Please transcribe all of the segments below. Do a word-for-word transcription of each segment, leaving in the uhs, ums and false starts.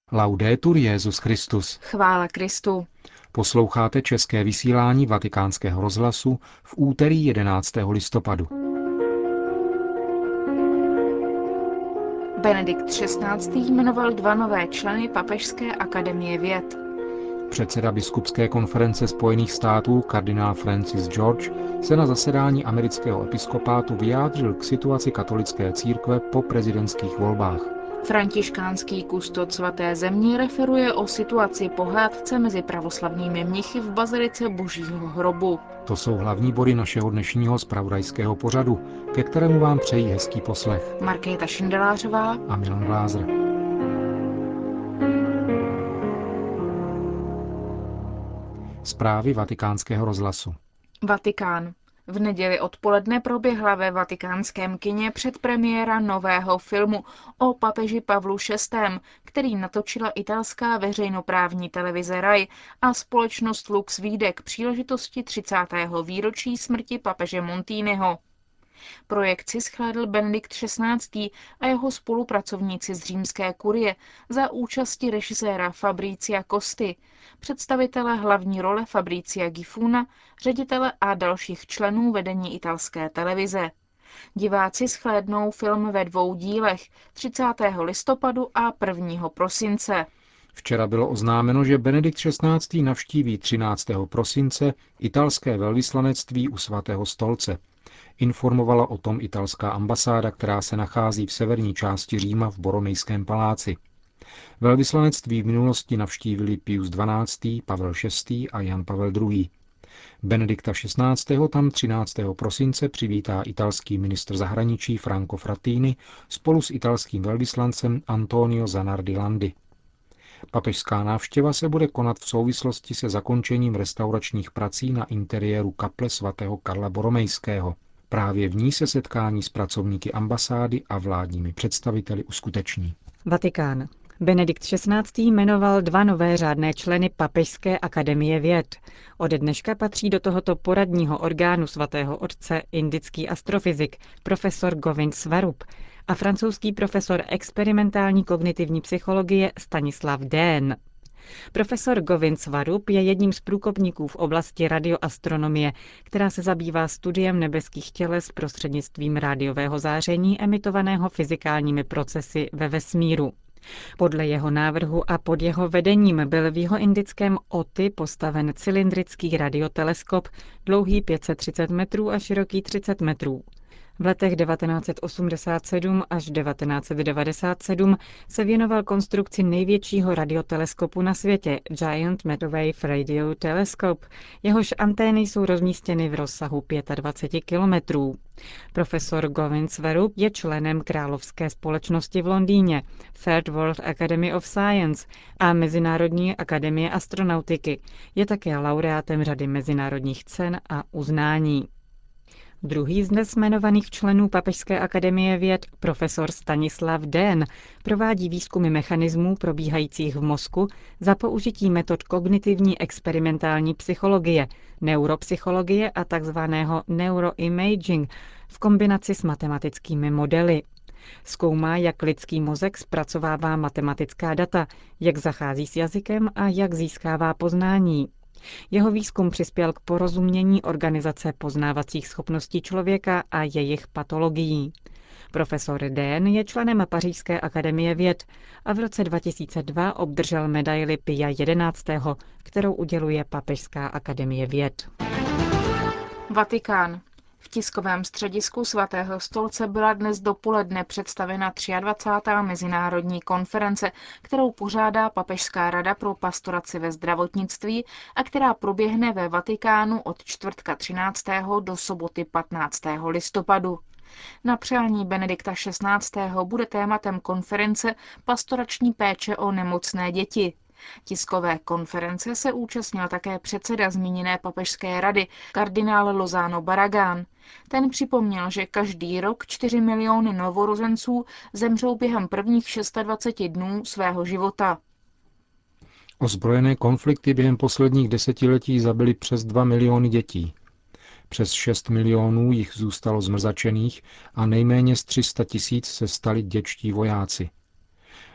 Laudetur Jesus Christus. Chvála Kristu. Posloucháte české vysílání Vatikánského rozhlasu v úterý jedenáctého listopadu. Benedikt šestnáctý. jmenoval dva nové členy Papežské akademie věd. Předseda biskupské konference Spojených států kardinál Francis George se na zasedání amerického episkopátu vyjádřil k situaci katolické církve po prezidentských volbách. Františkánský kustod svaté země referuje o situaci pohádce mezi pravoslavnými mnichy v bazilice Božího hrobu. To jsou hlavní body našeho dnešního zpravodajského pořadu, ke kterému vám přejí hezký poslech Markéta Šindelářová a Milan Glázer. Zprávy Vatikánského rozhlasu. Vatikán. V neděli odpoledne proběhla ve vatikánském kině předpremiéra nového filmu o papeži Pavlu šestém., který natočila italská veřejnoprávní televize Rai a společnost Lux Video k příležitosti třicátého výročí smrti papeže Montiniho. Projekci shlédl Benedikt šestnáctý. a jeho spolupracovníci z římské kurie za účasti režiséra Fabrizia Costi, představitele hlavní role Fabrizia Gifuna, ředitele a dalších členů vedení italské televize. Diváci shlédnou film ve dvou dílech, třicátého listopadu a prvního prosince. Včera bylo oznámeno, že Benedikt šestnáctý. navštíví třináctého prosince italské velvyslanectví u svatého stolce. Informovala o tom italská ambasáda, která se nachází v severní části Říma v Boronejském paláci. Velvyslanectví v minulosti navštívili Pius dvanáctý., Pavel šestý. A Jan Pavel druhý. Benedikta šestnáctého. tam třináctého prosince přivítá italský ministr zahraničí Franco Frattini spolu s italským velvyslancem Antonio Zanardi Landi. Papežská návštěva se bude konat v souvislosti se zakončením restauračních prací na interiéru kaple svatého Karla Boromejského. Právě v ní se setkání s pracovníky ambasády a vládními představiteli uskuteční. Vatikán. Benedikt šestnáctý. jmenoval dva nové řádné členy Papežské akademie věd. Ode dneška patří do tohoto poradního orgánu svatého otce indický astrofyzik profesor Govind Swarup a francouzský profesor experimentální kognitivní psychologie Stanislav Dehaene. Profesor Govind Swarup je jedním z průkopníků v oblasti radioastronomie, která se zabývá studiem nebeských těles prostřednictvím rádiového záření emitovaného fyzikálními procesy ve vesmíru. Podle jeho návrhu a pod jeho vedením byl v jihoindickém Oti postaven cylindrický radioteleskop dlouhý pět set třicet metrů a široký třicet metrů. V letech devatenáct set osmdesát sedm až devatenáct set devadesát sedm se věnoval konstrukci největšího radioteleskopu na světě, Giant Microwave Radio Telescope, jehož antény jsou rozmístěny v rozsahu dvacet pět kilometrů. Profesor Govind Swarup je členem Královské společnosti v Londýně, Third World Academy of Science a Mezinárodní akademie astronautiky. Je také laureátem řady mezinárodních cen a uznání. Druhý z dnes jmenovaných členů Papežské akademie věd, profesor Stanislav Dehaene, provádí výzkumy mechanismů probíhajících v mozku za použití metod kognitivní experimentální psychologie, neuropsychologie a tzv. Neuroimaging v kombinaci s matematickými modely. Zkoumá, jak lidský mozek zpracovává matematická data, jak zachází s jazykem a jak získává poznání. Jeho výzkum přispěl k porozumění organizace poznávacích schopností člověka a jejich patologií. Profesor Dehaene je členem Pařížské akademie věd a v roce dva tisíce dva obdržel medaili Pia jedenáctého., kterou uděluje Papežská akademie věd. Vatikán. V tiskovém středisku svatého stolce byla dnes dopoledne představena dvacátá třetí mezinárodní konference, kterou pořádá Papežská rada pro pastoraci ve zdravotnictví a která proběhne ve Vatikánu od čtvrtka třináctého do soboty patnáctého listopadu. Na přání Benedikta šestnáctého. bude tématem konference pastorační péče o nemocné děti. Tiskové konference se účastnil také předseda zmíněné papežské rady, kardinál Lozano Barragán. Ten připomněl, že každý rok čtyři miliony novorozenců zemřou během prvních dvaceti šesti dnů svého života. Ozbrojené konflikty během posledních desetiletí zabily přes dva miliony dětí. Přes šest milionů jich zůstalo zmrzačených a nejméně z tři sta tisíc se stali dětští vojáci.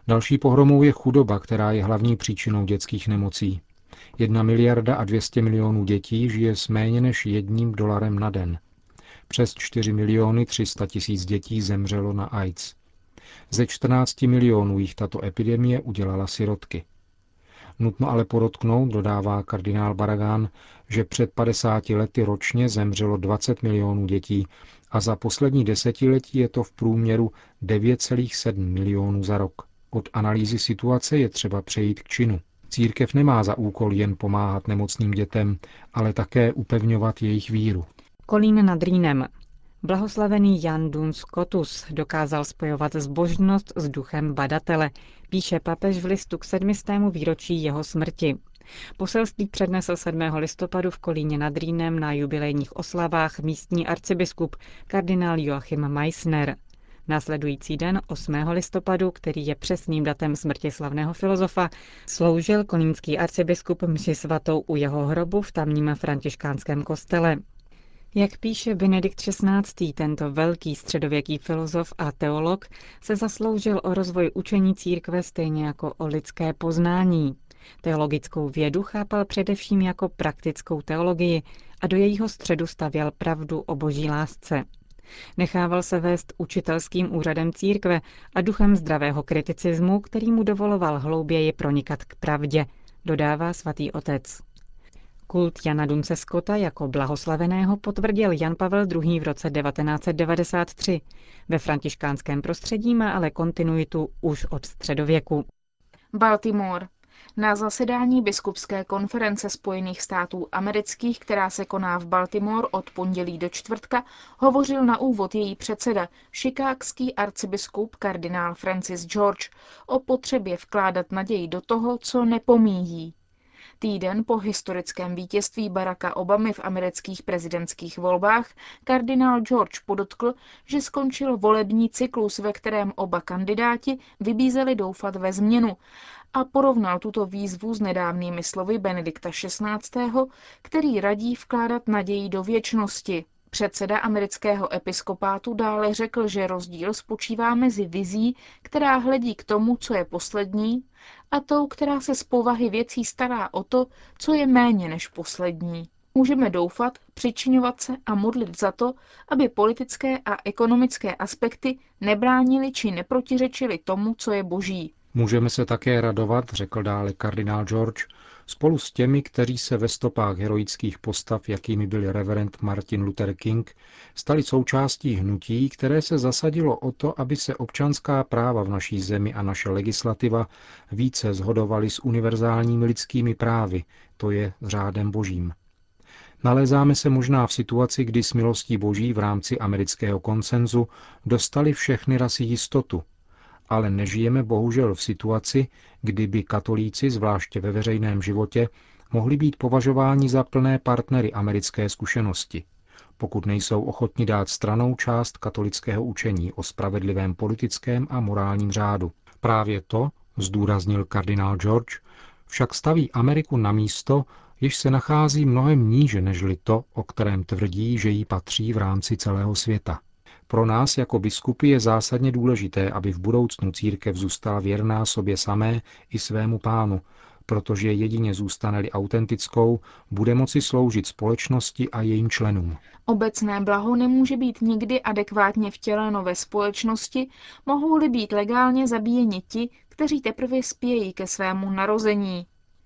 Další pohromou je chudoba, která je hlavní příčinou dětských nemocí. Jedna miliarda a dvě stě milionů dětí žije s méně než jedním dolarem na den. Přes čtyři miliony tři sta tisíc dětí zemřelo na AIDS. Ze čtrnácti milionů jich tato epidemie udělala sirotky. Nutno ale podotknout, dodává kardinál Barragán, že před padesáti lety ročně zemřelo dvacet milionů dětí a za poslední desetiletí je to v průměru devět celá sedm milionů za rok. Od analýzy situace je třeba přejít k činu. Církev nemá za úkol jen pomáhat nemocným dětem, ale také upevňovat jejich víru. Kolín nad Rýnem. Blahoslavený Jan Duns Scotus dokázal spojovat zbožnost s duchem badatele, píše papež v listu k sedmistému výročí jeho smrti. Poselství přednesl sedmého listopadu v Kolíně nad Rýnem na jubilejních oslavách místní arcibiskup kardinál Joachim Meissner. Následující den osmého listopadu, který je přesným datem smrti slavného filozofa, sloužil kolínský arcibiskup mši svatou u jeho hrobu v tamním františkánském kostele. Jak píše Benedikt šestnáctý, tento velký středověký filozof a teolog se zasloužil o rozvoj učení církve stejně jako o lidské poznání. Teologickou vědu chápal především jako praktickou teologii a do jejího středu stavěl pravdu o boží lásce. Nechával se vést učitelským úřadem církve a duchem zdravého kriticismu, který mu dovoloval hlouběji pronikat k pravdě, dodává svatý otec. Kult Jana Dunce Scotta jako blahoslaveného potvrdil Jan Pavel druhý. v roce devatenáct set devadesát tři. Ve františkánském prostředí má ale kontinuitu už od středověku. Baltimore. Na zasedání biskupské konference Spojených států amerických, která se koná v Baltimore od pondělí do čtvrtka, hovořil na úvod její předseda, chicagský arcibiskup kardinál Francis George, o potřebě vkládat naději do toho, co nepomíjí. Týden po historickém vítězství Baracka Obamy v amerických prezidentských volbách kardinál George podotkl, že skončil volební cyklus, ve kterém oba kandidáti vybízeli doufat ve změnu, a porovnal tuto výzvu s nedávnými slovy Benedikta šestnáctého., který radí vkládat naději do věčnosti. Předseda amerického episkopátu dále řekl, že rozdíl spočívá mezi vizí, která hledí k tomu, co je poslední, a tou, která se z povahy věcí stará o to, co je méně než poslední. Můžeme doufat, přičiňovat se a modlit za to, aby politické a ekonomické aspekty nebránily či neprotiřečily tomu, co je boží. Můžeme se také radovat, řekl dále kardinál George, spolu s těmi, kteří se ve stopách heroických postav, jakými byl reverend Martin Luther King, stali součástí hnutí, které se zasadilo o to, aby se občanská práva v naší zemi a naše legislativa více shodovaly s univerzálními lidskými právy, to je s řádem božím. Nalézáme se možná v situaci, kdy s milostí boží v rámci amerického konsenzu dostali všechny rasy jistotu, ale nežijeme bohužel v situaci, kdy by katolíci, zvláště ve veřejném životě, mohli být považováni za plné partnery americké zkušenosti, pokud nejsou ochotni dát stranou část katolického učení o spravedlivém politickém a morálním řádu. Právě to, zdůraznil kardinál George, však staví Ameriku na místo, jež se nachází mnohem níže nežli to, o kterém tvrdí, že jí patří v rámci celého světa. Pro nás jako biskupy je zásadně důležité, aby v budoucnu církev zůstala věrná sobě samé i svému pánu, protože jedině zůstane-li autentickou, bude moci sloužit společnosti a jejím členům. Obecné blaho nemůže být nikdy adekvátně vtěleno ve společnosti, mohou-li být legálně zabíjeni ti, kteří teprve spějí ke svému narození.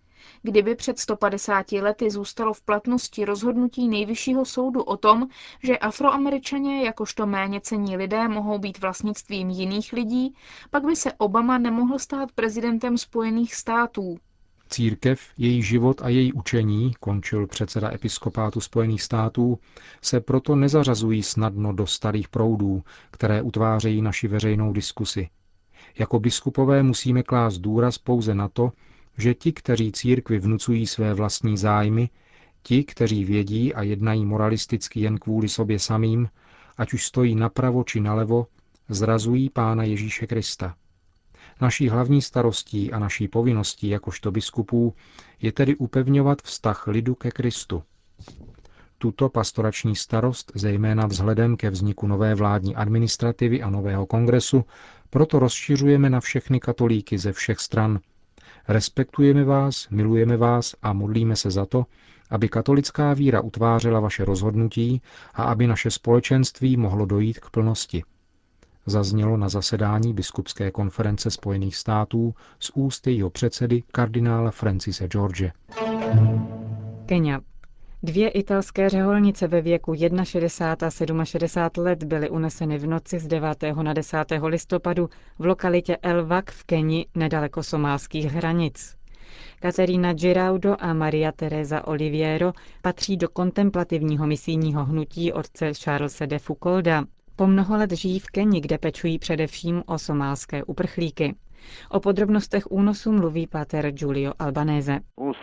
Kdyby před sto padesáti lety zůstalo v platnosti rozhodnutí Nejvyššího soudu o tom, že Afroameričané jakožto méněcenní lidé mohou být vlastnictvím jiných lidí, pak by se Obama nemohl stát prezidentem Spojených států. Církev, její život a její učení, končil předseda episkopátu Spojených států, se proto nezařazují snadno do starých proudů, které utvářejí naši veřejnou diskusi. Jako biskupové musíme klást důraz pouze na to, že ti, kteří církvi vnucují své vlastní zájmy, ti, kteří vědí a jednají moralisticky jen kvůli sobě samým, ať už stojí napravo či nalevo, zrazují Pána Ježíše Krista. Naší hlavní starostí a naší povinností jakožto biskupů je tedy upevňovat vztah lidu ke Kristu. Tuto pastorační starost, zejména vzhledem ke vzniku nové vládní administrativy a nového kongresu, Proto rozšiřujeme na všechny katolíky ze všech stran. Respektujeme vás, milujeme vás a modlíme se za to, aby katolická víra utvářela vaše rozhodnutí a aby naše společenství mohlo dojít k plnosti. Zaznělo na zasedání biskupské konference Spojených států z úst jejího předsedy kardinála Francise George. Kenya. Dvě italské řeholnice ve věku šedesát jedna a šedesát sedm let byly uneseny v noci z devátého na desátého listopadu v lokalitě El Wak v Keni nedaleko somálských hranic. Caterina Giraudo a Maria Teresa Oliviero patří do kontemplativního misijního hnutí otce Charlese de Foucaulda. Po mnoho let žijí v Keni, kde pečují především o somálské uprchlíky. O podrobnostech únosu mluví páter Giulio Albanese.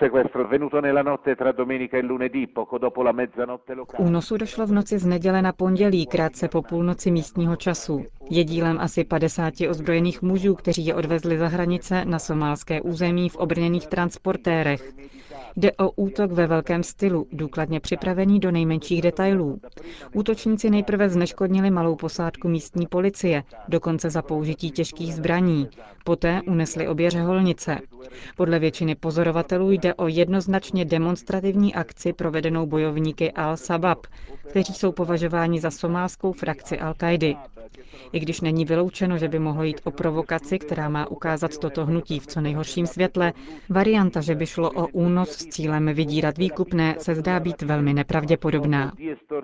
K únosu došlo v noci z neděle na pondělí, krátce po půlnoci místního času. Je dílem asi padesáti ozbrojených mužů, kteří je odvezli za hranice na somálské území v obrněných transportérech. Jde o útok ve velkém stylu, důkladně připravený do nejmenších detailů. Útočníci nejprve zneškodnili malou posádku místní policie, dokonce za použití těžkých zbraní. Poté unesli obě řeholnice. Podle většiny pozorovatelů jde o jednoznačně demonstrativní akci provedenou bojovníky Al-Sabab, kteří jsou považováni za somálskou frakci Al-Kaidy. I když není vyloučeno, že by mohlo jít o provokaci, která má ukázat toto hnutí v co nejhorším světle, varianta, že by šlo o únos s cílem vydírat výkupné, se zdá být velmi nepravděpodobná,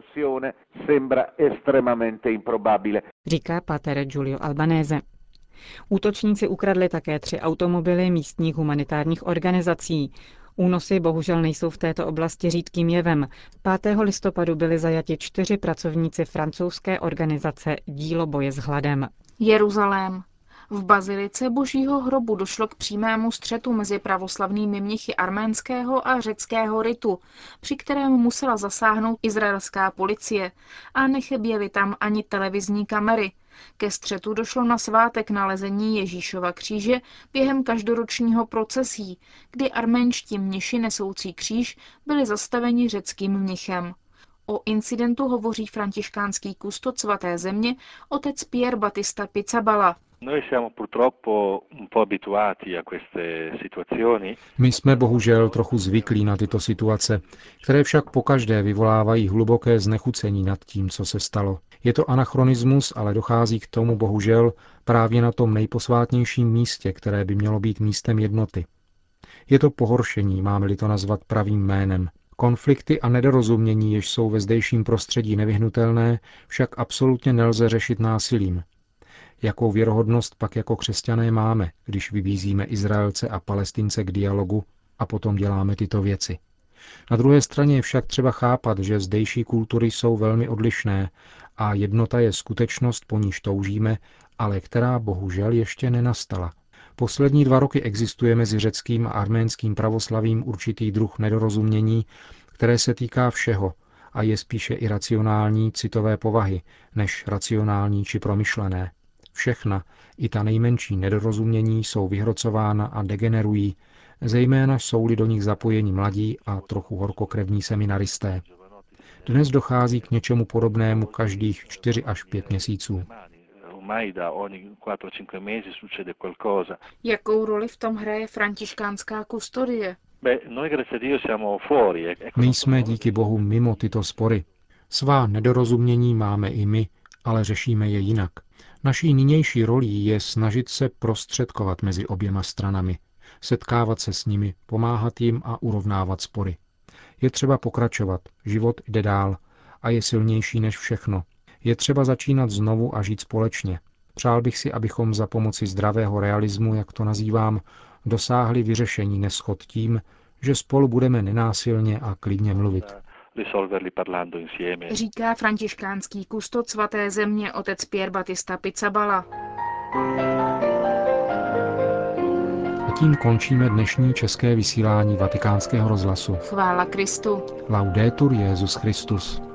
říká páter Giulio Albanese. Útočníci ukradli také tři automobily místních humanitárních organizací. Únosy bohužel nejsou v této oblasti řídkým jevem. pátého listopadu byli zajati čtyři pracovníci francouzské organizace Dílo boje s hladem. Jeruzalém. V bazilice Božího hrobu došlo k přímému střetu mezi pravoslavnými mnichy arménského a řeckého ritu, při kterém musela zasáhnout izraelská policie a nechyběly tam ani televizní kamery. Ke střetu došlo na svátek nalezení Ježíšova kříže během každoročního procesí, kdy arménští mniši nesoucí kříž byli zastaveni řeckým mnichem. O incidentu hovoří františkánský kustot svaté země otec Pier Battista Pizzaballa. My jsme bohužel trochu zvyklí na tyto situace, které však pokaždé vyvolávají hluboké znechucení nad tím, co se stalo. Je to anachronismus, ale dochází k tomu bohužel právě na tom nejposvátnějším místě, které by mělo být místem jednoty. Je to pohoršení, máme-li to nazvat pravým jménem. Konflikty a nedorozumění, jež jsou ve zdejším prostředí nevyhnutelné, však absolutně nelze řešit násilím. Jakou věrohodnost pak jako křesťané máme, když vybízíme Izraelce a Palestince k dialogu a potom děláme tyto věci? Na druhé straně je však třeba chápat, že zdejší kultury jsou velmi odlišné a jednota je skutečnost, po níž toužíme, ale která bohužel ještě nenastala. Poslední dva roky existuje mezi řeckým a arménským pravoslavím určitý druh nedorozumění, které se týká všeho a je spíše iracionální, citové povahy, než racionální či promyšlené. Všechna, i ta nejmenší nedorozumění jsou vyhrocována a degenerují, zejména jsou-li do nich zapojeni mladí a trochu horkokrevní seminaristé. Dnes dochází k něčemu podobnému každých čtyři až pět měsíců. Jakou roli v tom hraje františkánská kustodie? My jsme díky Bohu mimo tyto spory. Svá nedorozumění máme i my, ale řešíme je jinak. Naší nynější rolí je snažit se prostředkovat mezi oběma stranami, setkávat se s nimi, pomáhat jim a urovnávat spory. Je třeba pokračovat, život jde dál a je silnější než všechno. Je třeba začínat znovu a žít společně. Přál bych si, abychom za pomoci zdravého realismu, jak to nazývám, dosáhli vyřešení neshod tím, že spolu budeme nenásilně a klidně mluvit. Říká františkánský kustot svaté země otec Pier Battista Pizzaballa. A tím končíme dnešní české vysílání Vatikánského rozhlasu. Chvála Kristu. Laudetur Jesus Christus.